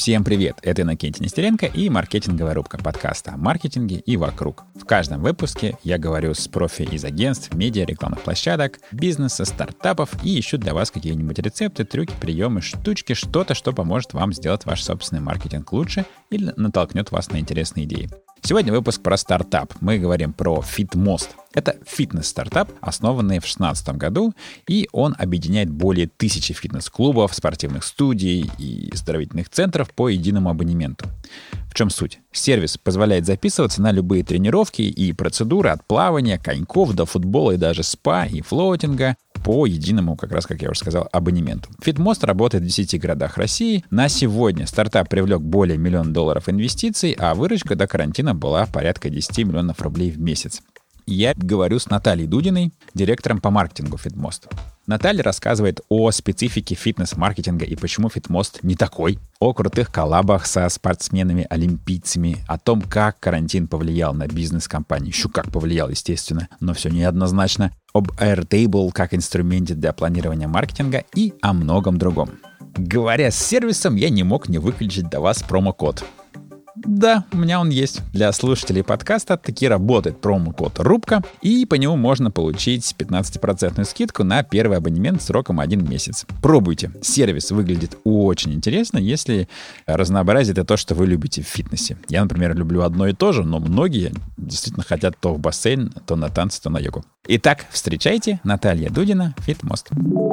Всем привет! Это Иннокентий Нестеренко и «Маркетинговая рубка» подкаста о маркетинге и вокруг. В каждом выпуске я говорю с профи из агентств, медиа, рекламных площадок, бизнеса, стартапов и ищу для вас какие-нибудь рецепты, трюки, приемы, штучки, что-то, что поможет вам сделать ваш собственный маркетинг лучше или натолкнет вас на интересные идеи. Сегодня выпуск про стартап. Мы говорим про FitMost. Это фитнес-стартап, основанный в 2016 году, и он объединяет более 1000 фитнес-клубов, спортивных студий и оздоровительных центров по единому абонементу. В чем суть? Сервис позволяет записываться на любые тренировки и процедуры от плавания, коньков до футбола и даже спа и флоутинга по единому, как раз, как я уже сказал, абонементу. FitMost работает в 10 городах России. На сегодня стартап привлек более $1 миллион инвестиций, а выручка до карантина была порядка 10 миллионов рублей в месяц. Я говорю с Натальей Дудиной, директором по маркетингу FitMost. Наталья рассказывает о специфике фитнес-маркетинга и почему FitMost не такой, о крутых коллабах со спортсменами-олимпийцами, о том, как карантин повлиял на бизнес компании. Еще как повлиял, естественно, но все неоднозначно. Об Airtable как инструменте для планирования маркетинга и о многом другом. Говоря с сервисом, я не мог не выключить для вас промокод. Да, у меня он есть. Для слушателей подкаста таки работает промокод «Рубка», и по нему можно получить 15% скидку на первый абонемент сроком 1 месяц. Пробуйте. Сервис выглядит очень интересно, если разнообразие — это то, что вы любите в фитнесе. Я, например, люблю одно и то же, но многие действительно хотят то в бассейн, то на танцы, то на йогу. Итак, встречайте, Наталья Дудина, FitMost.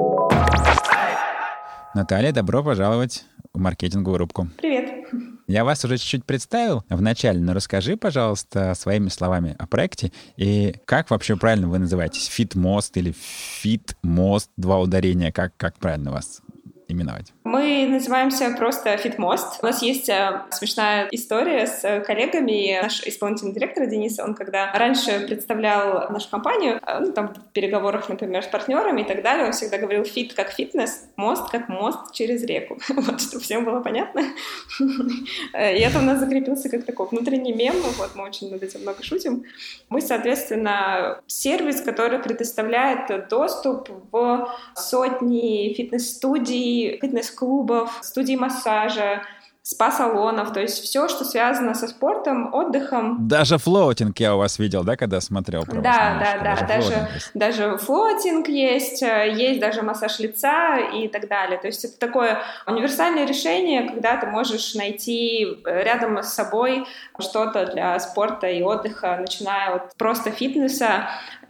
Наталья, добро пожаловать в маркетинговую рубку. Привет. Я вас уже чуть-чуть представил вначале, но расскажи, пожалуйста, своими словами о проекте и как вообще правильно вы называетесь? FitMost или FitMost, 2 ударения, как правильно вас именовать? Мы называемся просто FitMost. У нас есть смешная история с коллегами. Наш исполнительный директор Денис, он когда раньше представлял нашу компанию, там в переговорах, например, с партнерами и так далее, он всегда говорил fit как фитнес, мост как мост через реку. Вот, чтобы всем было понятно. И это у нас закрепился как такой внутренний мем. Вот, мы очень над этим много шутим. Мы, соответственно, сервис, который предоставляет доступ в сотни фитнес-студий, фитнес-клубов, студий массажа, спа-салонов, то есть все, что связано со спортом, отдыхом. Даже флоутинг я у вас видел, да, когда смотрел? Даже флоутинг есть даже массаж лица и так далее. То есть это такое универсальное решение, когда ты можешь найти рядом с собой что-то для спорта и отдыха, начиная от просто фитнеса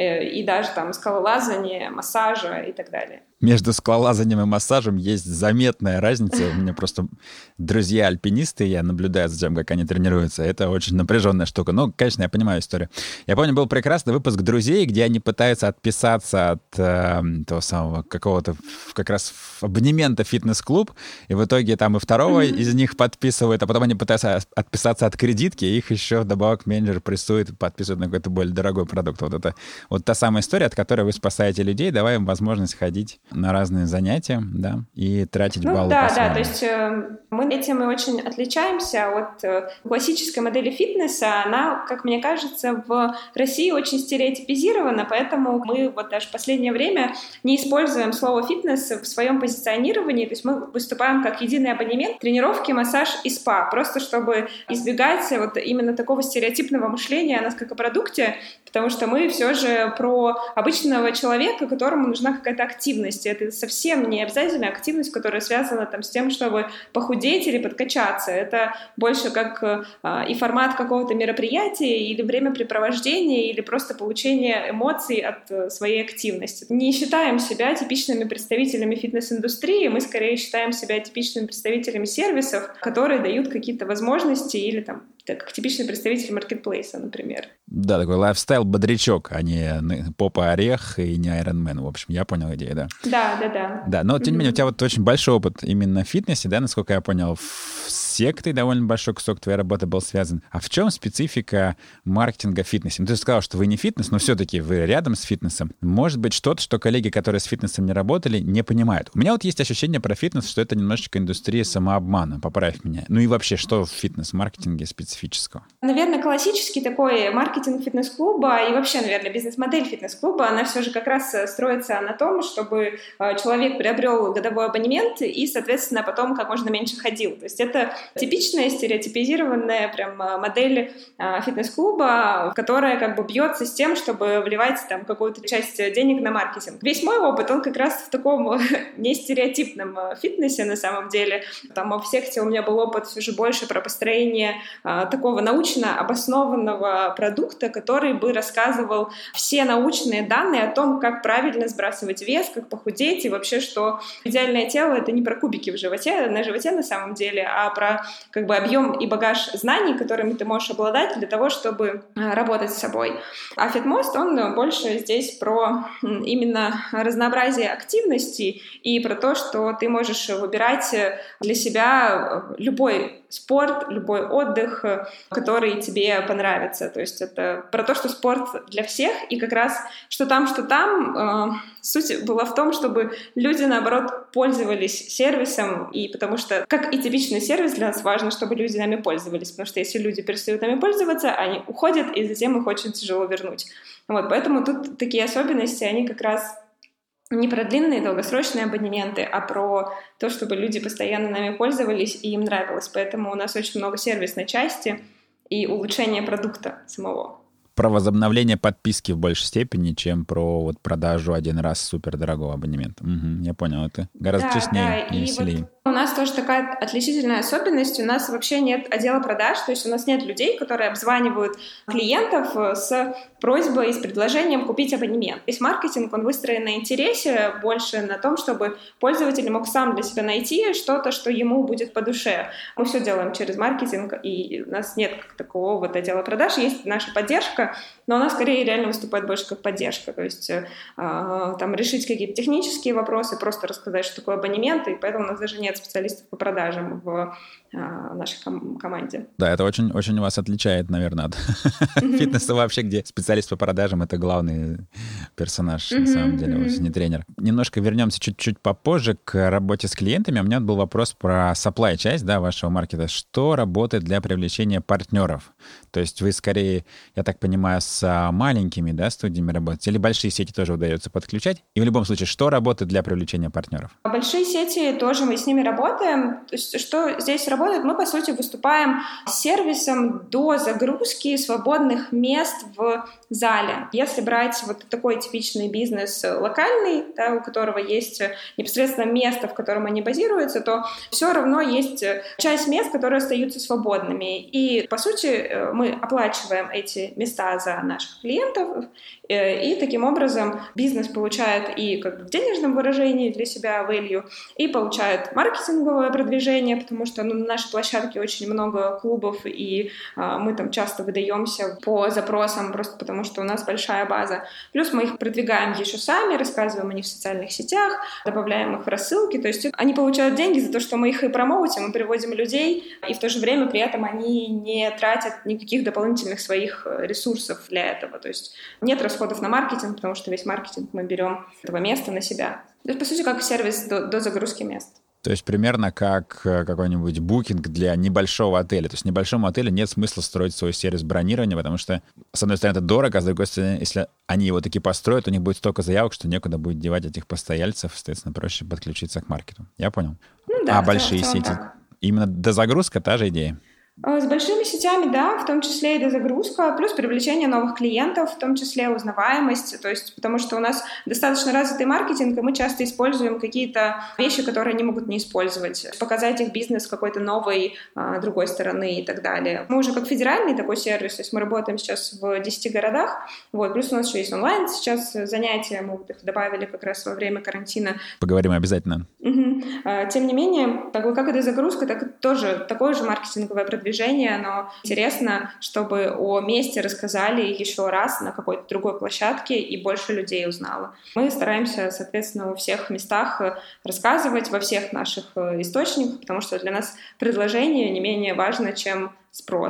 и даже там скалолазания, массажа и так далее. Между скалолазанием и массажем есть заметная разница. У меня просто друзья-альпинисты, я наблюдаю за тем, как они тренируются. Это очень напряженная штука. Но, конечно, я понимаю историю. Я помню, был прекрасный выпуск «Друзей», где они пытаются отписаться от того самого какого-то как раз абонемента в фитнес-клуб, и в итоге там и второго из них подписывают, а потом они пытаются отписаться от кредитки, и их еще вдобавок менеджер прессует, подписывает на какой-то более дорогой продукт. Вот это вот та самая история, от которой вы спасаете людей, давая им возможность ходить на разные занятия, да, и тратить баллы по-своему. То есть мы этим и очень отличаемся от классической модели фитнеса. Она, как мне кажется, в России очень стереотипизирована, поэтому мы вот даже в последнее время не используем слово «фитнес» в своем позиционировании, то есть мы выступаем как единый абонемент, тренировки, массаж и спа, просто чтобы избегать вот именно такого стереотипного мышления о нас как о продукте, потому что мы все же про обычного человека, которому нужна какая-то активность. Это совсем не обязательно активность, которая связана там с тем, чтобы похудеть или подкачаться. Это больше как и формат какого-то мероприятия или времяпрепровождения, или просто получение эмоций от своей активности. Не считаем себя типичными представителями фитнес-индустрии, мы скорее считаем себя типичными представителями сервисов, которые дают какие-то возможности или там как типичный представитель маркетплейса, например. Да, такой лайфстайл-бодрячок, а не попа-орех и не Iron Man. В общем, я понял идею, да. Да. Да, но тем не менее, у тебя вот очень большой опыт именно в фитнесе, да, насколько я понял, с сектой довольно большой кусок твоей работы был связан. А в чем специфика маркетинга в фитнесе? Ну, ты сказал, что вы не фитнес, но все-таки вы рядом с фитнесом. Может быть, что-то, что коллеги, которые с фитнесом не работали, не понимают. У меня вот есть ощущение про фитнес, что это немножечко индустрия самообмана, поправь меня. Ну и вообще, что в фитнес-маркетинге специфика? специфического? Наверное, классический такой маркетинг фитнес-клуба и вообще, наверное, бизнес-модель фитнес-клуба, она все же как раз строится на том, чтобы человек приобрел годовой абонемент и, соответственно, потом как можно меньше ходил. То есть это типичная стереотипизированная прям модель фитнес-клуба, которая как бы бьется с тем, чтобы вливать там какую-то часть денег на маркетинг. Весь мой опыт, он как раз в таком нестереотипном фитнесе на самом деле. Там в секте у меня был опыт все же больше про построение такого научно обоснованного продукта, который бы рассказывал все научные данные о том, как правильно сбрасывать вес, как похудеть и вообще, что идеальное тело — это не про кубики в животе, на животе на самом деле, а про как бы объем и багаж знаний, которыми ты можешь обладать для того, чтобы работать с собой. А FitMost, он больше здесь про именно разнообразие активностей и про то, что ты можешь выбирать для себя любой спорт, любой отдых, который тебе понравится. То есть это про то, что спорт для всех, и как раз что там, суть была в том, чтобы люди, наоборот, пользовались сервисом, и потому что, как и типичный сервис, для нас важно, чтобы люди нами пользовались, потому что если люди перестают нами пользоваться, они уходят, и затем их очень тяжело вернуть. Вот, поэтому тут такие особенности, они как раз не про длинные долгосрочные абонементы, а про то, чтобы люди постоянно нами пользовались и им нравилось. Поэтому у нас очень много сервисной части и улучшения продукта самого. Про возобновление подписки в большей степени, чем про вот продажу один раз супердорогого абонемента. Я понял, это гораздо честнее и веселее. Вот у нас тоже такая отличительная особенность. У нас вообще нет отдела продаж, то есть у нас нет людей, которые обзванивают клиентов с просьбой, с предложением купить абонемент. Весь маркетинг, он выстроен на интересе, больше на том, чтобы пользователь мог сам для себя найти что-то, что ему будет по душе. Мы все делаем через маркетинг, и у нас нет такого вот отдела продаж, есть наша поддержка, но она скорее реально выступает больше как поддержка, то есть там решить какие-то технические вопросы, просто рассказать, что такое абонемент, и поэтому у нас даже нет специалистов по продажам в нашей команде. Да, это очень, очень вас отличает, наверное, от фитнеса вообще, где специалист по продажам — это главный персонаж, на самом деле, не тренер. Немножко вернемся чуть-чуть попозже к работе с клиентами. У меня был вопрос про supply-часть, да, вашего маркета. Что работает для привлечения партнеров? То есть вы скорее, я так понимаю, с маленькими, да, студиями работаете, или большие сети тоже удается подключать? И в любом случае, что работает для привлечения партнеров? Большие сети тоже мы с ними работаем. То есть, что здесь работает? Мы, по сути, выступаем с сервисом до загрузки свободных мест в зале. Если брать вот такой типичный бизнес локальный, да, у которого есть непосредственно место, в котором они базируются, то все равно есть часть мест, которые остаются свободными. И, по сути, мы оплачиваем эти места за наших клиентов, и таким образом бизнес получает и как бы в денежном выражении для себя value, и получает маркетинговое продвижение, потому что на нашей площадке очень много клубов, и мы там часто выдаемся по запросам, просто потому что у нас большая база. Плюс мы их продвигаем еще сами, рассказываем о них в социальных сетях, добавляем их в рассылки, то есть они получают деньги за то, что мы их и промоутим, мы приводим людей, и в то же время при этом они не тратят никаких дополнительных своих ресурсов для этого, то есть нет расходов на маркетинг, потому что весь маркетинг мы берем этого места на себя. То есть, по сути, как сервис до загрузки мест. То есть примерно как какой-нибудь букинг для небольшого отеля. То есть небольшому отелю нет смысла строить свой сервис бронирования, потому что, с одной стороны, это дорого, а с другой стороны, если они его таки построят, у них будет столько заявок, что некуда будет девать этих постояльцев, соответственно, проще подключиться к маркету. Я понял. Ну, да, большие сети? Так. Именно дозагрузка — та же идея? С большими сетями, да, в том числе и дозагрузка, плюс привлечение новых клиентов, в том числе узнаваемость, то есть потому что у нас достаточно развитый маркетинг, и мы часто используем какие-то вещи, которые они могут не использовать, показать их бизнес с какой-то новой, другой стороны и так далее. Мы уже как федеральный такой сервис, то есть мы работаем сейчас в 10 городах, вот, плюс у нас еще есть онлайн сейчас занятия, мы их добавили как раз во время карантина. Поговорим обязательно. Тем не менее, как и дозагрузка, так и тоже такое же маркетинговое продвижение, но интересно, чтобы о месте рассказали еще раз на какой-то другой площадке и больше людей узнало. Мы стараемся, соответственно, во всех местах рассказывать, во всех наших источниках, потому что для нас предложение не менее важно, чем спрос.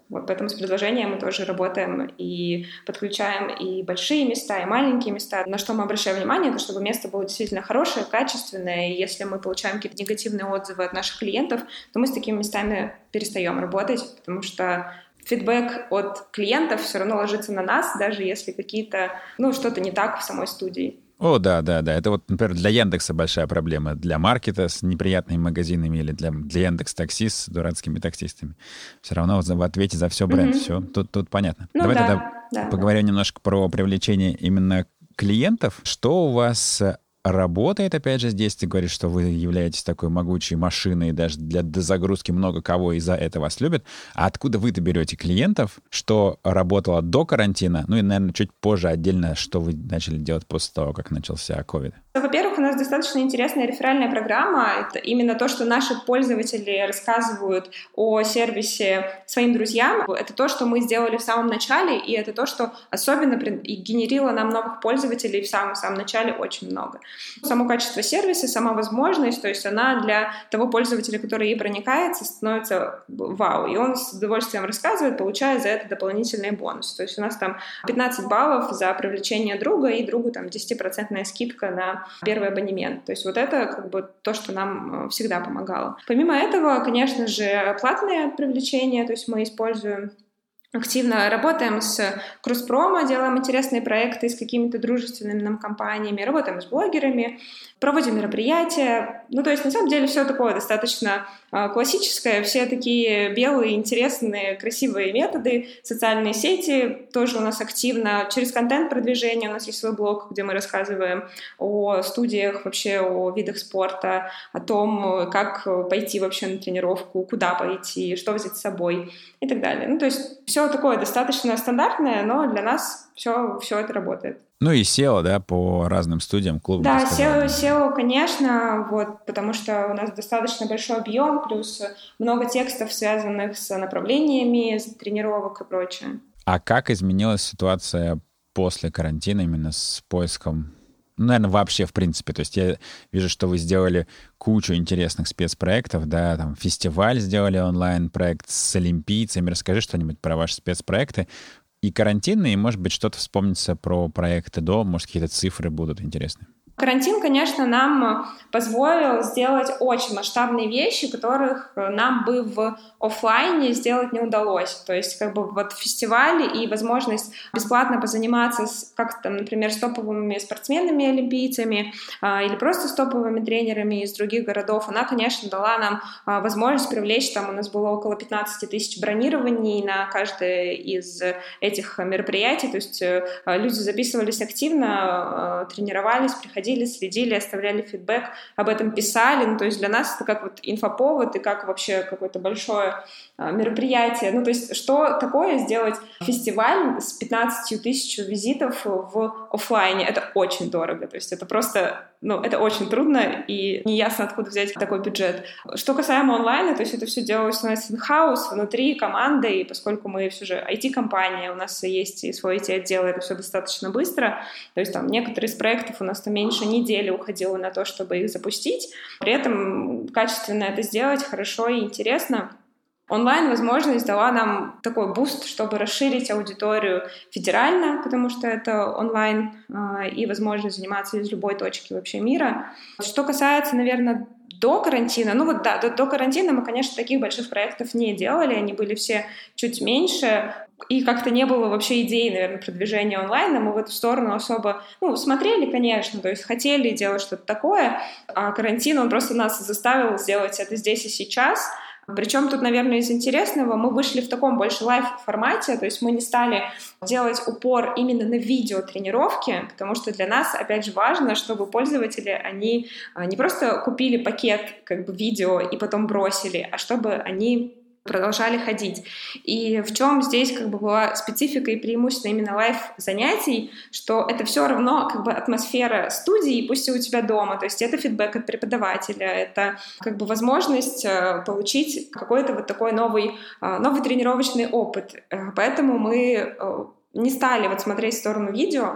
Вот поэтому с предложением мы тоже работаем и подключаем и большие места, и маленькие места. На что мы обращаем внимание, это чтобы место было действительно хорошее, качественное. И если мы получаем какие-то негативные отзывы от наших клиентов, то мы с такими местами перестаем работать, потому что фидбэк от клиентов все равно ложится на нас, даже если какие-то, что-то не так в самой студии. О, да. Это вот, например, для Яндекса большая проблема. Для маркета с неприятными магазинами или для Яндекс.Такси с дурацкими таксистами. Все равно в ответе за все бренд. Все, тут понятно. Давай тогда поговорим немножко про привлечение именно клиентов. Что у вас работает, опять же, здесь ты говоришь, что вы являетесь такой могучей машиной, даже для дозагрузки много кого и за это вас любят. А откуда вы-то берете клиентов, что работало до карантина, и, наверное, чуть позже отдельно, что вы начали делать после того, как начался ковид? Во-первых, у нас достаточно интересная реферальная программа. Это именно то, что наши пользователи рассказывают о сервисе своим друзьям. Это то, что мы сделали в самом начале, и это то, что особенно генерило нам новых пользователей в самом начале очень много. Само качество сервиса, сама возможность, то есть она для того пользователя, который ей проникается, становится вау. И он с удовольствием рассказывает, получая за это дополнительный бонус. То есть у нас там 15 баллов за привлечение друга, и другу там 10% скидка на первый абонемент. То есть вот это как бы то, что нам всегда помогало. Помимо этого, конечно же, платное привлечение, то есть мы используем активно, работаем с Крузпромо, делаем интересные проекты с какими-то дружественными нам компаниями, работаем с блогерами, проводим мероприятия. То есть, на самом деле, все такое достаточно классическое, все такие белые, интересные, красивые методы. Социальные сети тоже у нас активно. Через контент-продвижение у нас есть свой блог, где мы рассказываем о студиях, вообще о видах спорта, о том, как пойти вообще на тренировку, куда пойти, что взять с собой и так далее. То есть, все такое достаточно стандартное, но для нас все это работает. И SEO, да, по разным студиям, клубам. Да, SEO, конечно, потому что у нас достаточно большой объем, плюс много текстов, связанных с направлениями, тренировок и прочее. А как изменилась ситуация после карантина именно с поиском, наверное, вообще в принципе? То есть я вижу, что вы сделали кучу интересных спецпроектов, да, там фестиваль сделали онлайн-проект с олимпийцами. Расскажи что-нибудь про ваши спецпроекты. И карантинные, и, может быть, что-то вспомнится про проекты до, может, какие-то цифры будут интересны. Карантин, конечно, нам позволил сделать очень масштабные вещи, которых нам бы в офлайне сделать не удалось. То есть фестивали и возможность бесплатно позаниматься например, с топовыми спортсменами, олимпийцами или просто с топовыми тренерами из других городов, она, конечно, дала нам возможность привлечь, у нас было около 15 тысяч бронирований на каждое из этих мероприятий, то есть люди записывались активно, тренировались, приходили, следили, оставляли фидбэк, об этом писали. То есть для нас это как инфоповод и как вообще какое-то большое мероприятие. То есть что такое сделать фестиваль с 15 тысяч визитов в офлайне? Это очень дорого. То есть это просто, это очень трудно и неясно, откуда взять такой бюджет. Что касаемо онлайна, то есть это все делалось у нас in-house, внутри команды, и поскольку мы все же IT-компания, у нас есть и свой IT-отдел, это все достаточно быстро. То есть некоторые из проектов у нас меньше недели уходило на то, чтобы их запустить. При этом качественно это сделать, хорошо и интересно. Онлайн-возможность дала нам такой буст, чтобы расширить аудиторию федерально, потому что это онлайн, и возможность заниматься из любой точки вообще мира. Что касается, наверное, до карантина, до карантина мы, конечно, таких больших проектов не делали, они были все чуть меньше, и как-то не было вообще идеи, наверное, продвижения онлайна, мы в эту сторону особо, смотрели, конечно, то есть хотели делать что-то такое, а карантин, он просто нас заставил сделать это здесь и сейчас. Причем тут, наверное, из интересного, мы вышли в таком больше лайв-формате, то есть мы не стали делать упор именно на видеотренировки, потому что для нас, опять же, важно, чтобы пользователи, они не просто купили пакет видео и потом бросили, а чтобы они продолжали ходить. И в чем здесь была специфика и преимущество именно лайв-занятий, что это все равно атмосфера студии, пусть и у тебя дома, то есть это фидбэк от преподавателя, это возможность получить какой-то такой новый тренировочный опыт. Поэтому мы не стали смотреть в сторону видео,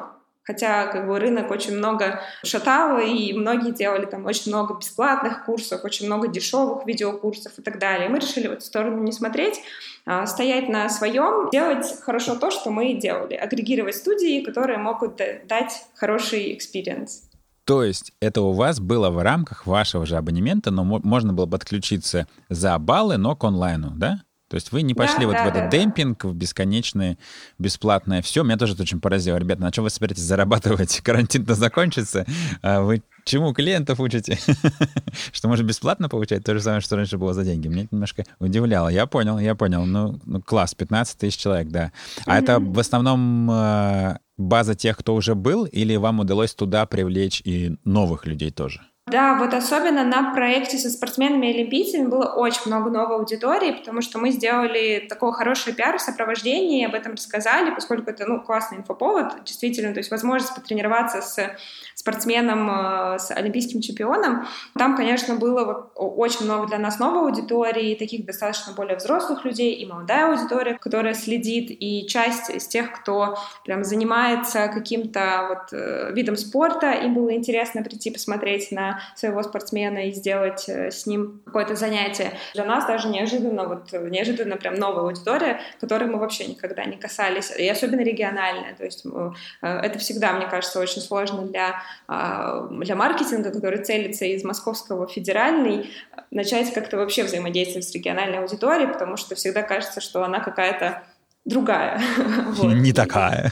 Хотя как бы рынок очень много шатал, и многие делали там очень много бесплатных курсов, очень много дешевых видеокурсов и так далее. И мы решили в эту сторону не смотреть, стоять на своем, делать хорошо то, что мы делали, агрегировать студии, которые могут дать хороший экспириенс. То есть это у вас было в рамках вашего же абонемента, но можно было подключиться за баллы, но к онлайну, да? То есть вы не пошли в этот демпинг, в бесконечное бесплатное все. Меня тоже это очень поразило. Ребята, на чем вы собираетесь зарабатывать? Карантин-то закончится. А вы чему клиентов учите? Что можно бесплатно получать? То же самое, что раньше было за деньги. Меня это немножко удивляло. Я понял. Ну, класс, 15 тысяч человек, да. А это в основном база тех, кто уже был, или вам удалось туда привлечь и новых людей тоже? Да, вот особенно на проекте со спортсменами и олимпийцами было очень много новой аудитории, потому что мы сделали такой хороший пиар в сопровождении, об этом рассказали, поскольку это, классный инфоповод, действительно, то есть возможность потренироваться с спортсменом, с олимпийским чемпионом. Там, конечно, было очень много для нас новой аудитории, таких достаточно более взрослых людей, и молодая аудитория, которая следит, и часть из тех, кто прям занимается каким-то видом спорта, им было интересно прийти посмотреть на своего спортсмена и сделать с ним какое-то занятие. Для нас даже неожиданно прям новая аудитория, которой мы вообще никогда не касались, и особенно региональная. То есть это всегда, мне кажется, очень сложно для маркетинга, который целится из московского в федеральный, начать как-то вообще взаимодействовать с региональной аудиторией, потому что всегда кажется, что она какая-то другая. Не такая.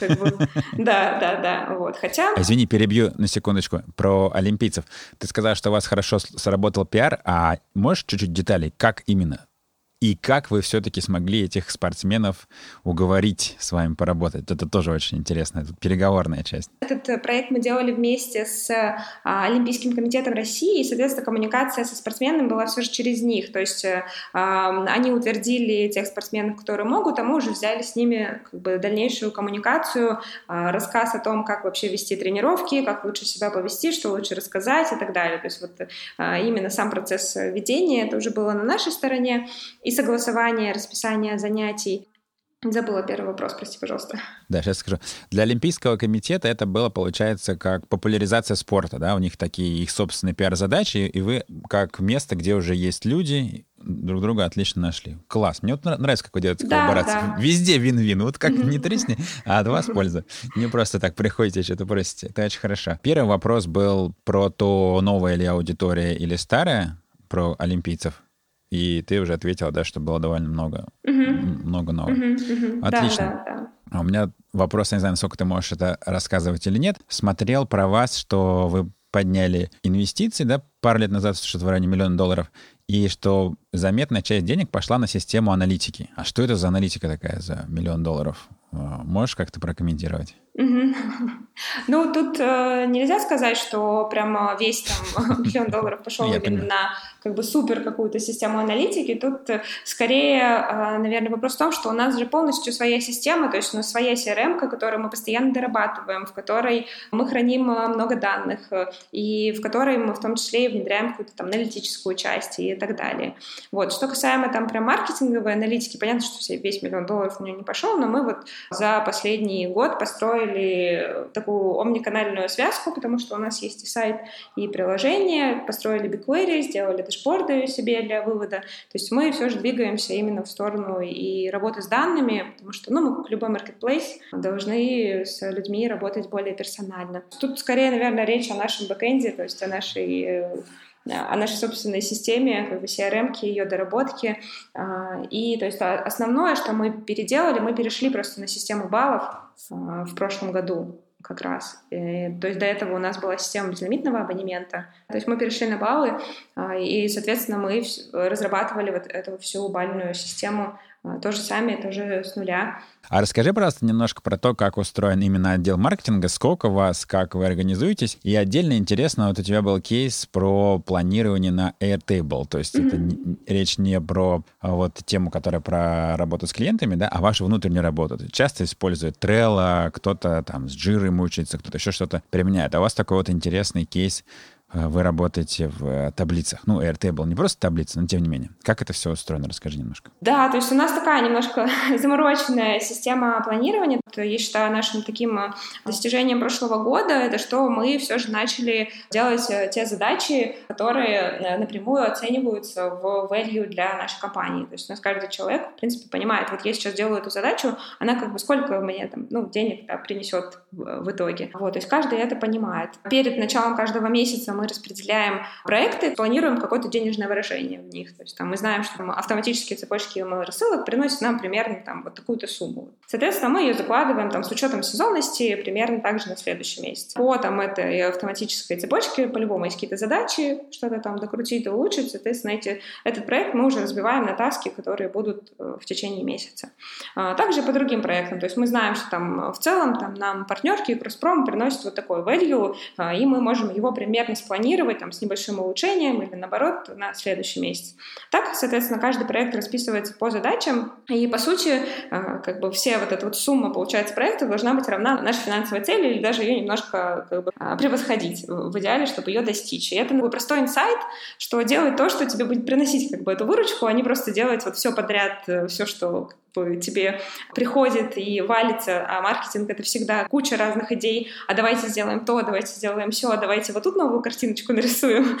Да. Хотя... Извини, перебью на секундочку про олимпийцев. Ты сказала, что у вас хорошо сработал пиар, а можешь чуть-чуть деталей, как именно? И как вы все-таки смогли этих спортсменов уговорить с вами поработать? Это тоже очень интересно, это переговорная часть. Этот проект мы делали вместе с Олимпийским комитетом России, и, соответственно, коммуникация со спортсменами была все же через них. То есть они утвердили тех спортсменов, которые могут, а мы уже взяли с ними дальнейшую коммуникацию, рассказ о том, как вообще вести тренировки, как лучше себя повести, что лучше рассказать и так далее. То есть именно сам процесс ведения, это уже было на нашей стороне. И согласование, расписание занятий. Забыла первый вопрос, прости, пожалуйста. Да, сейчас скажу. Для Олимпийского комитета это было, получается, как популяризация спорта, да? У них такие их собственные пиар-задачи, и вы как место, где уже есть люди, друг друга отлично нашли. Класс. Мне нравится, как вы делаете коллаборацию. Да. Везде вин-вин. Вот как не тресни, а от вас польза. Не просто так приходите, что-то просите. Это очень хорошо. Первый вопрос был про то, новая ли аудитория или старая, про олимпийцев. И ты уже ответила, да, что было довольно много новых. Отлично. Да. А у меня вопрос, я не знаю, насколько ты можешь это рассказывать или нет. Смотрел про вас, что вы подняли инвестиции, да, пару лет назад, что-то в районе $1 миллион, и что заметная часть денег пошла на систему аналитики. А что это за аналитика такая за $1 миллион? Можешь как-то прокомментировать? Ну, тут нельзя сказать, что прямо весь $1 миллион пошел именно на супер какую-то систему аналитики. Тут скорее, наверное, вопрос в том, что у нас же полностью своя система, то есть у нас своя CRM, которую мы постоянно дорабатываем, в которой мы храним много данных, и в которой мы в том числе и внедряем какую-то там аналитическую часть и так далее. Что касаемо там прям маркетинговой аналитики, понятно, что весь $1 миллион у нее не пошел, но мы за последний год построили такую омниканальную связку, потому что у нас есть и сайт, и приложение, построили BigQuery, сделали дашборды себе для вывода. То есть мы все же двигаемся именно в сторону и работы с данными, потому что мы, как любой marketplace, должны с людьми работать более персонально. Тут скорее, наверное, речь о нашем бэкэнде, то есть о нашей собственной системе, CRM-ки, ее доработки. И то есть основное, что мы переделали, мы перешли просто на систему баллов в прошлом году как раз. То есть до этого у нас была система безлимитного абонемента. То есть мы перешли на баллы, и, соответственно, мы разрабатывали эту всю бальную систему тоже сами, тоже с нуля. А расскажи, пожалуйста, немножко про то, как устроен именно отдел маркетинга, сколько вас, как вы организуетесь. И отдельно интересно, у тебя был кейс про планирование на Airtable, то есть это речь не про тему, которая про работу с клиентами, да, а вашу внутреннюю работу. Часто используют Trello, кто-то там с Jira мучается, кто-то еще что-то применяет. А у вас такой интересный кейс вы работаете в таблицах. Ну, Airtable не просто таблица, но тем не менее. Как это все устроено? Расскажи немножко. Да, то есть у нас такая немножко замороченная система планирования. Я считаю, нашим таким достижением прошлого года это что мы все же начали делать те задачи, которые напрямую оцениваются в value для нашей компании. То есть у нас каждый человек, в принципе, понимает, вот я сейчас делаю эту задачу, она как бы сколько мне там, денег принесет в итоге. Вот, то есть каждый это понимает. Перед началом каждого месяца мы распределяем проекты, планируем какое-то денежное выражение в них. То есть там мы знаем, что автоматические цепочки рассылок приносят нам примерно там вот такую-то сумму. Соответственно, мы ее закладываем там с учетом сезонности примерно также на следующий месяц. По там этой автоматической цепочке по-любому есть какие-то задачи, что-то там докрутить, улучшить. Соответственно, этот проект мы уже разбиваем на таски, которые будут в течение месяца. Также по другим проектам. То есть мы знаем, что там в целом там, нам партнерки и Кроспром приносят вот такой value, и мы можем его примерно спланировать там, с небольшим улучшением или наоборот на следующий месяц. Так, соответственно, каждый проект расписывается по задачам, и по сути как бы все вот эта вот сумма, получается, проекта должна быть равна нашей финансовой цели или даже ее немножко как бы превосходить в идеале, чтобы ее достичь. И это такой простой инсайт, что делать то, что тебе будет приносить как бы эту выручку, а не просто делать вот все подряд, все, что тебе приходит и валится, а маркетинг — это всегда куча разных идей, а давайте сделаем то, давайте сделаем все, давайте вот тут новую картиночку нарисуем.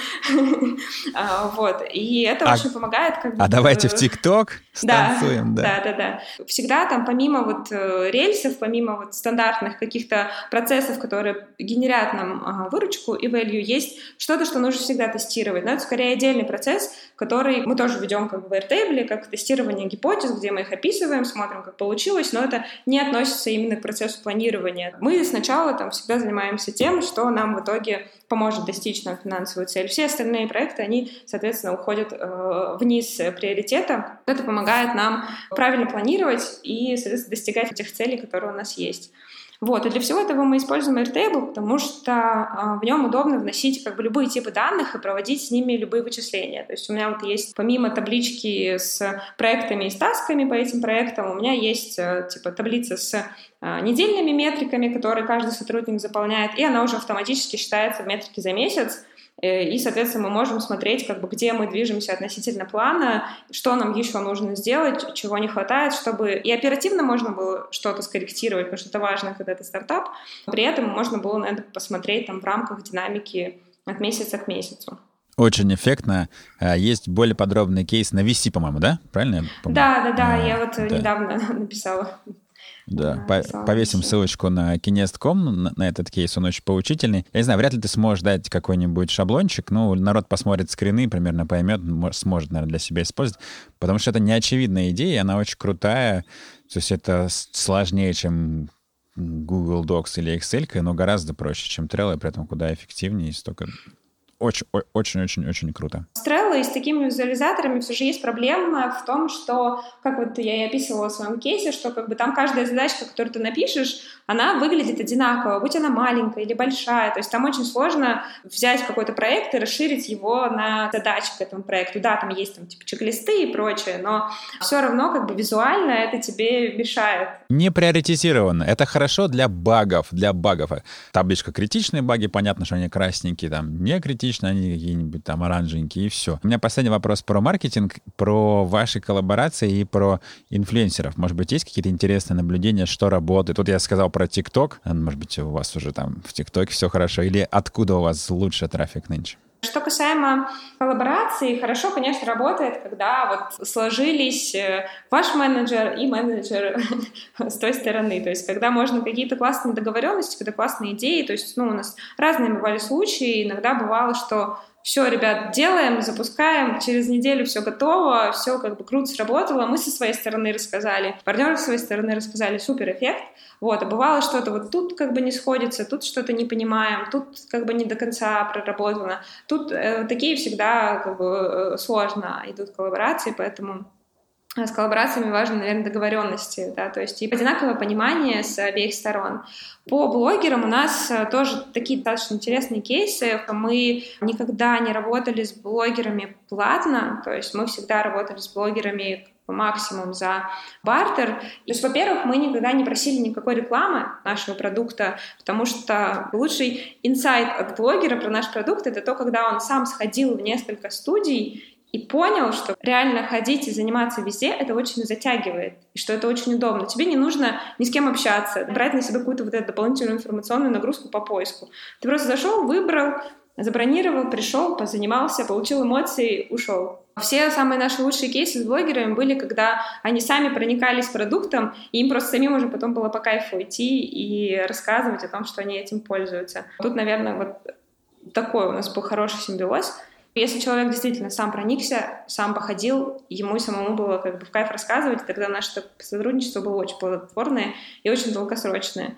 Вот. И это очень помогает. А давайте в ТикТок станцуем. Да. Всегда там помимо вот рельсов, помимо вот стандартных каких-то процессов, которые генерят нам выручку и value, есть что-то, что нужно всегда тестировать. Но это скорее отдельный процесс, который мы тоже ведем как в Airtable, как тестирование гипотез, где мы их описываем, смотрим, как получилось, но это не относится именно к процессу планирования. Мы сначала там всегда занимаемся тем, что нам в итоге поможет достичь нам финансовую цель. Все остальные проекты, они, соответственно, уходят вниз приоритета. Это помогает нам правильно планировать и, соответственно, достигать этих целей, которые у нас есть. Вот, и для всего этого мы используем Airtable, потому что в нем удобно вносить как бы любые типы данных и проводить с ними любые вычисления. То есть у меня вот есть, помимо таблички с проектами и с тасками по этим проектам, у меня есть типа таблица с недельными метриками, которые каждый сотрудник заполняет, и она уже автоматически считается в метрике за месяц. И, соответственно, мы можем смотреть, как бы, где мы движемся относительно плана, что нам еще нужно сделать, чего не хватает, чтобы и оперативно можно было что-то скорректировать, потому что это важно, когда это стартап. При этом можно было на это посмотреть там, в рамках динамики от месяца к месяцу. Очень эффектно. Есть более подробный кейс на VC, по-моему, да? Правильно? Да, я вот недавно написала. Да, повесим ссылочку на Kinest.com, на этот кейс, он очень поучительный. Я не знаю, вряд ли ты сможешь дать какой-нибудь шаблончик, но народ посмотрит скрины, примерно поймет, сможет, наверное, для себя использовать, потому что это неочевидная идея, и она очень крутая, то есть это сложнее, чем Google Docs или Excel, но гораздо проще, чем Trello, и при этом куда эффективнее, и столько... Очень-очень-очень круто. С Trello и с такими визуализаторами все же есть проблема в том, что, как вот я и описывала в своем кейсе, что как бы там каждая задачка, которую ты напишешь, она выглядит одинаково, будь она маленькая или большая. То есть там очень сложно взять какой-то проект и расширить его на задачи к этому проекту. Да, там есть там типа чек-листы и прочее, но все равно как бы визуально это тебе мешает. Не приоритизировано. Это хорошо для багов. Табличка критичные баги, понятно, что они красненькие, там не критичные, они какие-нибудь там оранжевенькие, и все. У меня последний вопрос про маркетинг, про ваши коллаборации и про инфлюенсеров. Может быть, есть какие-то интересные наблюдения, что работает? Тут я сказал про ТикТок. Может быть, у вас уже там в ТикТоке все хорошо? Или откуда у вас лучший трафик нынче? Что касаемо коллаборации, хорошо, конечно, работает, когда вот сложились ваш менеджер и менеджер с той стороны. То есть когда можно какие-то классные договоренности, какие-то классные идеи. То есть у нас разные бывали случаи. Иногда бывало, что все, ребят, делаем, запускаем, через неделю все готово, все как бы круто сработало, мы со своей стороны рассказали, партнеры со своей стороны рассказали, супер эффект. Вот, а бывало что-то вот тут как бы не сходится, тут что-то не понимаем, тут как бы не до конца проработано. Тут такие всегда как бы сложно идут коллаборации, поэтому с коллаборациями важны, наверное, договоренности, да, то есть и одинаковое понимание с обеих сторон. По блогерам у нас тоже такие достаточно интересные кейсы. Мы никогда не работали с блогерами платно, то есть мы всегда работали с блогерами максимум за бартер. То есть, во-первых, мы никогда не просили никакой рекламы нашего продукта, потому что лучший инсайт от блогера про наш продукт — это то, когда он сам сходил в несколько студий и понял, что реально ходить и заниматься везде — это очень затягивает, и что это очень удобно. Тебе не нужно ни с кем общаться, брать на себя какую-то вот эту дополнительную информационную нагрузку по поиску. Ты просто зашел, выбрал, забронировал, пришел, позанимался, получил эмоции, ушел. Все самые наши лучшие кейсы с блогерами были, когда они сами проникались продуктом, и им просто самим уже потом было по кайфу идти и рассказывать о том, что они этим пользуются. Тут, наверное, вот такой у нас был хороший симбиоз. Если человек действительно сам проникся, сам походил, ему самому было как бы в кайф рассказывать, тогда наше сотрудничество было очень плодотворное и очень долгосрочное.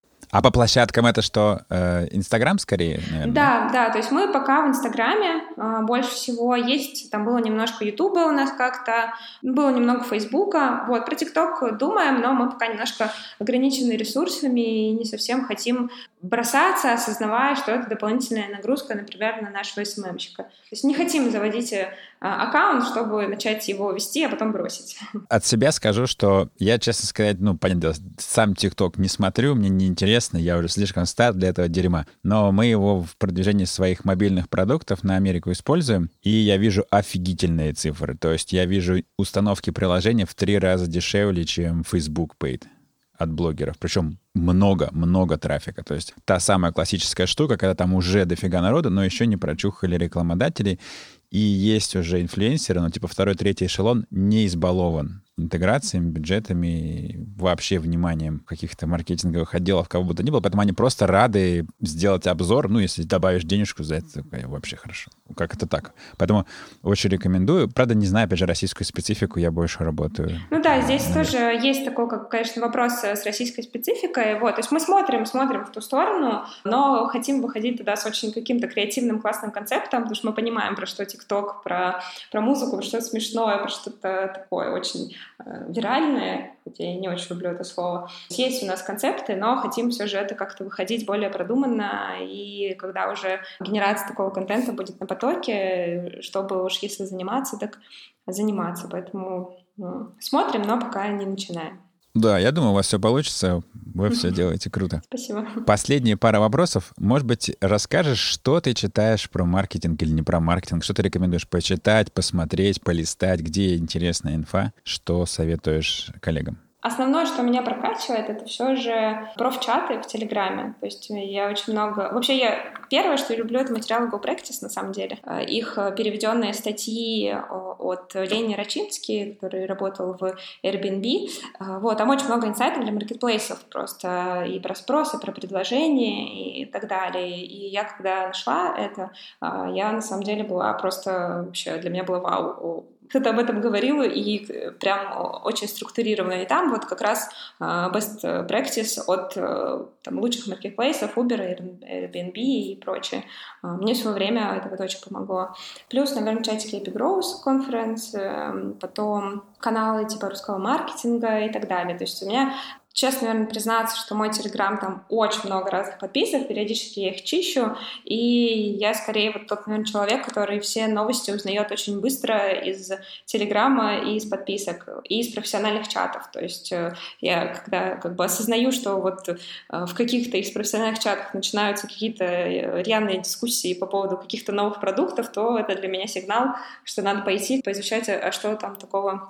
А по площадкам это что, Инстаграм скорее, наверное? Да, то есть мы пока в Инстаграме больше всего есть, там было немножко Ютуба у нас как-то, было немного Фейсбука, вот, про ТикТок думаем, но мы пока немножко ограничены ресурсами и не совсем хотим бросаться, осознавая, что это дополнительная нагрузка, например, на нашего СММщика. То есть не хотим заводить аккаунт, чтобы начать его вести, а потом бросить. От себя скажу, что я, честно сказать, понятно, сам ТикТок не смотрю, мне неинтересно, я уже слишком стар для этого дерьма. Но мы его в продвижении своих мобильных продуктов на Америку используем, и я вижу офигительные цифры. То есть я вижу установки приложения в 3 раза дешевле, чем Facebook Paid от блогеров. Причем много трафика. То есть та самая классическая штука, когда там уже дофига народа, но еще не прочухали рекламодателей, и есть уже инфлюенсеры, но типа 2-3 эшелон не избалован интеграциями, бюджетами, вообще вниманием каких-то маркетинговых отделов, кого бы то ни было. Поэтому они просто рады сделать обзор. Если добавишь денежку за это, вообще хорошо. Как это так? Поэтому очень рекомендую. Правда, не знаю, опять же, российскую специфику, я больше работаю. Да, здесь тоже есть такой, конечно, вопрос с российской спецификой. Вот, то есть мы смотрим в ту сторону, но хотим выходить туда с очень каким-то креативным, классным концептом, потому что мы понимаем, про что ТикТок, про музыку, про что-то смешное, про что-то такое очень виральное, хотя я не очень люблю это слово. Есть у нас концепты, но хотим все же это как-то выходить более продуманно, и когда уже генерация такого контента будет на потоке, чтобы уж если заниматься, так заниматься. Поэтому смотрим, но пока не начинаем. Да, я думаю, у вас все получится. Вы все делаете круто. Спасибо. Последние пара вопросов. Может быть, расскажешь, что ты читаешь про маркетинг или не про маркетинг? Что ты рекомендуешь почитать, посмотреть, полистать? Где интересная инфа? Что советуешь коллегам? Основное, что меня прокачивает, это все же профчаты в Телеграме. То есть я очень много... Вообще, первое, что я люблю, это материалы GoPractice, на самом деле. Их переведенные статьи от Лени Рачински, который работал в Airbnb. Вот, там очень много инсайтов для маркетплейсов просто. И про спрос, и про предложение, и так далее. И я, когда нашла это, я, на самом деле, была просто... Вообще, для меня было вау. Кто-то об этом говорил, и прям очень структурированно. И там вот как раз best practice от там, лучших маркетплейсов, Uber, Airbnb и прочее. Мне в свое время это вот очень помогло. Плюс, наверное, чатики Epigrowth Conference, потом каналы типа русского маркетинга и так далее. То есть у меня... Честно, наверное, признаться, что мой Телеграм, там очень много разных подписок, периодически я их чищу, и я скорее вот тот, наверное, человек, который все новости узнает очень быстро из Телеграма и из подписок, и из профессиональных чатов. То есть я когда как бы осознаю, что вот в каких-то из профессиональных чатах начинаются какие-то рьяные дискуссии по поводу каких-то новых продуктов, то это для меня сигнал, что надо пойти поизучать, а что там такого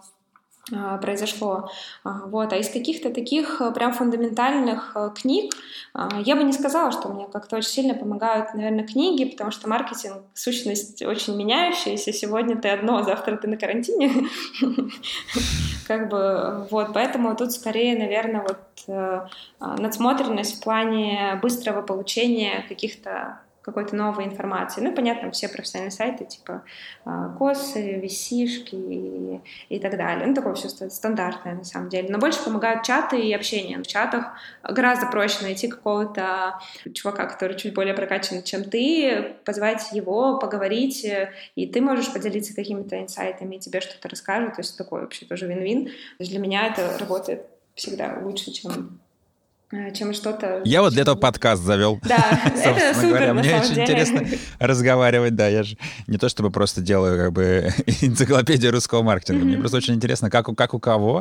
произошло. Вот. А из каких-то таких прям фундаментальных книг я бы не сказала, что мне как-то очень сильно помогают, наверное, книги, потому что маркетинг — сущность очень меняющаяся. Сегодня ты одно, завтра ты на карантине. Как бы, вот, поэтому тут скорее, наверное, вот надсмотренность в плане быстрого получения какой-то новой информации. Ну, понятно, все профессиональные сайты, типа косы, висишки и так далее. Ну, такое все стандартное, на самом деле. Но больше помогают чаты и общение. В чатах гораздо проще найти какого-то чувака, который чуть более прокачан, чем ты, позвать его, поговорить, и ты можешь поделиться какими-то инсайтами, и тебе что-то расскажут. То есть такой вообще тоже вин-вин. То есть для меня это работает всегда лучше, чем чем что-то... Я вот для этого подкаст завел. Да, это супер, говоря. на Мне самом очень деле. интересно разговаривать, да. Я же не то чтобы просто делаю как бы энциклопедию русского маркетинга. Мне просто очень интересно, как у кого.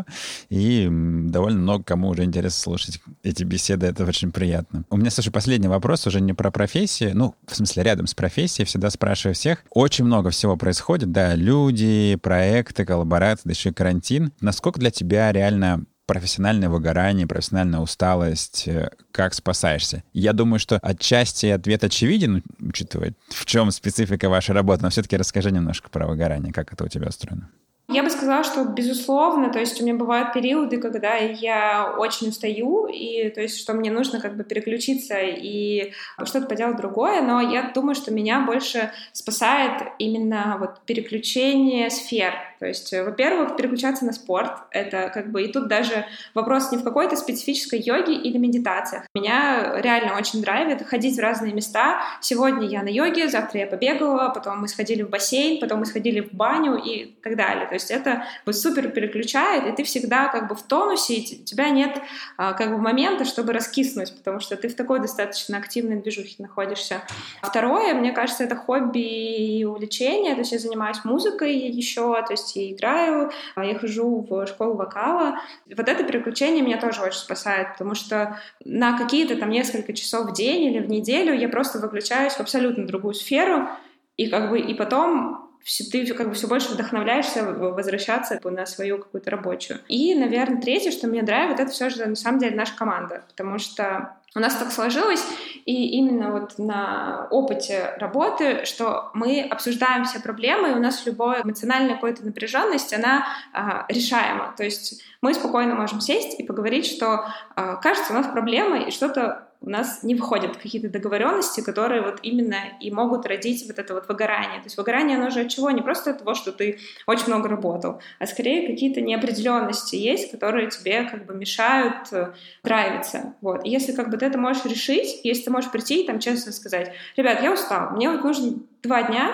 И довольно много кому уже интересно слушать эти беседы. Это очень приятно. У меня, слушай, последний вопрос уже не про профессии. Ну, в смысле, рядом с профессией. Всегда спрашиваю всех. Очень много всего происходит. Да, люди, проекты, коллаборации, да еще и карантин. Насколько для тебя реально профессиональное выгорание, профессиональная усталость, как спасаешься? Я думаю, что отчасти ответ очевиден, учитывая, в чем специфика вашей работы, но все-таки расскажи немножко про выгорание, как это у тебя устроено. Я бы сказала, что безусловно, то есть у меня бывают периоды, когда я очень устаю, и то есть что мне нужно как бы переключиться и что-то поделать другое, но я думаю, что меня больше спасает именно вот переключение сфер. То есть, во-первых, переключаться на спорт, это как бы и тут даже вопрос не в какой-то специфической йоге или медитациях. Меня реально очень драйвит ходить в разные места. Сегодня я на йоге, завтра я побегала, потом мы сходили в бассейн, потом мы сходили в баню и так далее. То есть это вот супер переключает, и ты всегда как бы в тонусе, и у тебя нет как бы момента, чтобы раскиснуть, потому что ты в такой достаточно активной движухе находишься. Второе, мне кажется, это хобби и увлечение, то есть я занимаюсь музыкой еще, то есть я играю, я хожу в школу вокала. Вот это переключение меня тоже очень спасает, потому что на какие-то там несколько часов в день или в неделю я просто выключаюсь в абсолютно другую сферу, и как бы и потом ты как бы все больше вдохновляешься возвращаться на свою какую-то рабочую. И, наверное, третье, что меня драйвит, это все же на самом деле наша команда, потому что у нас так сложилось, и именно вот на опыте работы, что мы обсуждаем все проблемы, и у нас любая эмоциональная какая-то напряженность, она решаема. То есть мы спокойно можем сесть и поговорить, что кажется, у нас проблема, и что-то у нас не выходят какие-то договоренности, которые вот именно и могут родить вот это вот выгорание. То есть выгорание, оно же от чего? Не просто от того, что ты очень много работал, а скорее какие-то неопределенности есть, которые тебе как бы мешают драйвиться. Вот. И если как бы ты это можешь решить, если ты можешь прийти и там честно сказать: ребят, я устал, мне вот нужно 2 дня,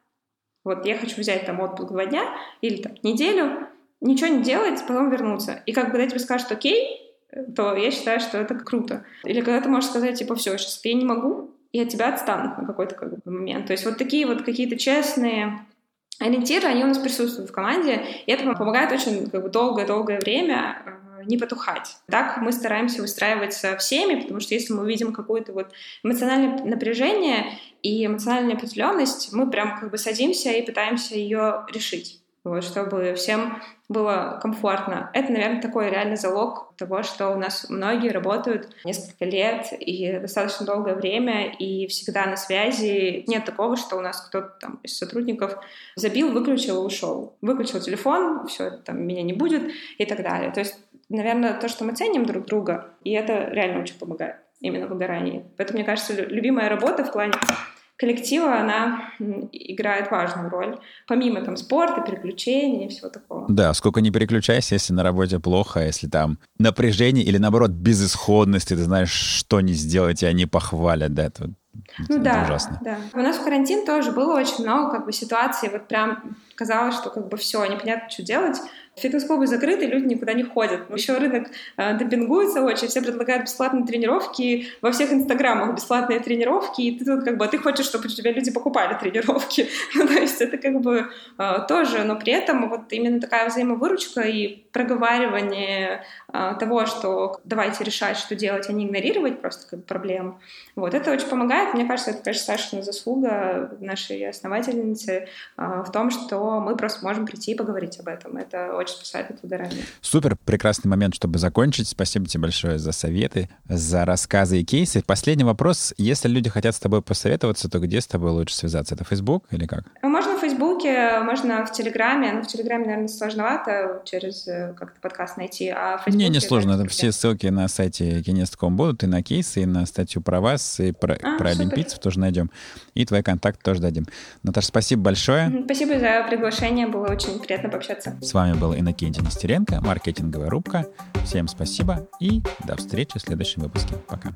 вот я хочу взять там отпуск 2 дня или там неделю, ничего не делать, потом вернуться. И как бы когда тебе скажут окей, то я считаю, что это круто. Или когда ты можешь сказать, типа, все, сейчас я не могу, и от тебя отстанут на какой-то как бы момент. То есть вот такие вот какие-то честные ориентиры, они у нас присутствуют в команде, и это помогает очень как бы долгое-долгое время не потухать. Так мы стараемся выстраивать со всеми, потому что если мы увидим какое-то вот эмоциональное напряжение и эмоциональную неопределенность, мы прям как бы садимся и пытаемся ее решить. Вот, чтобы всем было комфортно. Это, наверное, такой реальный залог того, что у нас многие работают несколько лет и достаточно долгое время, и всегда на связи. Нет такого, что у нас кто-то там из сотрудников забил, выключил и ушел. Выключил телефон, все, там меня не будет и так далее. То есть, наверное, то, что мы ценим друг друга, и это реально очень помогает именно в выгорании. Поэтому, мне кажется, любимая работа в плане коллектива, она играет важную роль, помимо там спорта, переключений и всего такого. Да, сколько не переключайся, если на работе плохо, если там напряжение или, наоборот, безысходность, ты знаешь, что не сделать, и они похвалят, да, это ужасно. Да. У нас в карантин тоже было очень много как бы ситуаций, вот прям казалось, что как бы все, непонятно, что делать. Фитнес-клубы закрыты, люди никуда не ходят. Еще рынок демпингуется очень, все предлагают бесплатные тренировки, во всех инстаграмах бесплатные тренировки, и ты тут как бы, ты хочешь, чтобы у тебя люди покупали тренировки. Ну, то есть это как бы тоже, но при этом вот именно такая взаимовыручка и проговаривание того, что давайте решать, что делать, а не игнорировать просто как бы проблему. Вот, это очень помогает. Мне кажется, это, конечно, Сашина заслуга, нашей основательницы, в том, что мы просто можем прийти и поговорить об этом. Это очень спасает от выгорания. Супер, прекрасный момент, чтобы закончить. Спасибо тебе большое за советы, за рассказы и кейсы. Последний вопрос. Если люди хотят с тобой посоветоваться, то где с тобой лучше связаться? Это Facebook или как? Можно в Фейсбуке, можно в Телеграме. Но в Телеграме, наверное, сложновато через как-то подкаст найти. А в Фейсбуке... Не сложно. Это все ссылки на сайте Kinest.com будут, и на кейсы, и на статью про вас, и про олимпийцев тоже найдем. И твой контакт тоже дадим. Наташа, спасибо большое. Спасибо за приглашение. Было очень приятно пообщаться. С вами был Иннокентий Нестеренко, маркетинговая рубка. Всем спасибо и до встречи в следующем выпуске. Пока.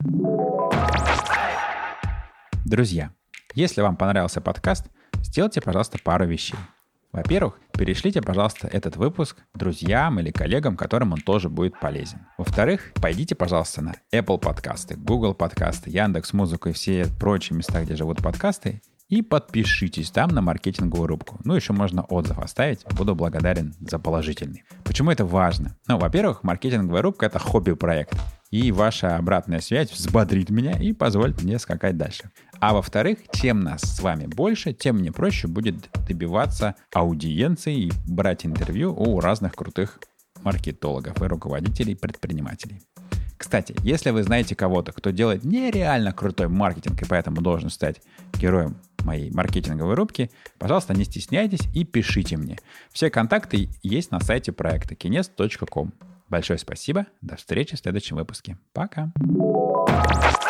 Друзья, если вам понравился подкаст, сделайте, пожалуйста, пару вещей. Во-первых, перешлите, пожалуйста, этот выпуск друзьям или коллегам, которым он тоже будет полезен. Во-вторых, пойдите, пожалуйста, на Apple подкасты, Google подкасты, Яндекс.Музыку и все прочие места, где живут подкасты, и подпишитесь там на маркетинговую рубку. Ну, еще можно отзыв оставить. Буду благодарен за положительный. Почему это важно? Ну, во-первых, маркетинговая рубка — это хобби-проект. И ваша обратная связь взбодрит меня и позволит мне скакать дальше. А во-вторых, чем нас с вами больше, тем мне проще будет добиваться аудиенции и брать интервью у разных крутых маркетологов и руководителей предпринимателей. Кстати, если вы знаете кого-то, кто делает нереально крутой маркетинг и поэтому должен стать героем моей маркетинговой рубки, пожалуйста, не стесняйтесь и пишите мне. Все контакты есть на сайте проекта kines.com. Большое спасибо. До встречи в следующем выпуске. Пока.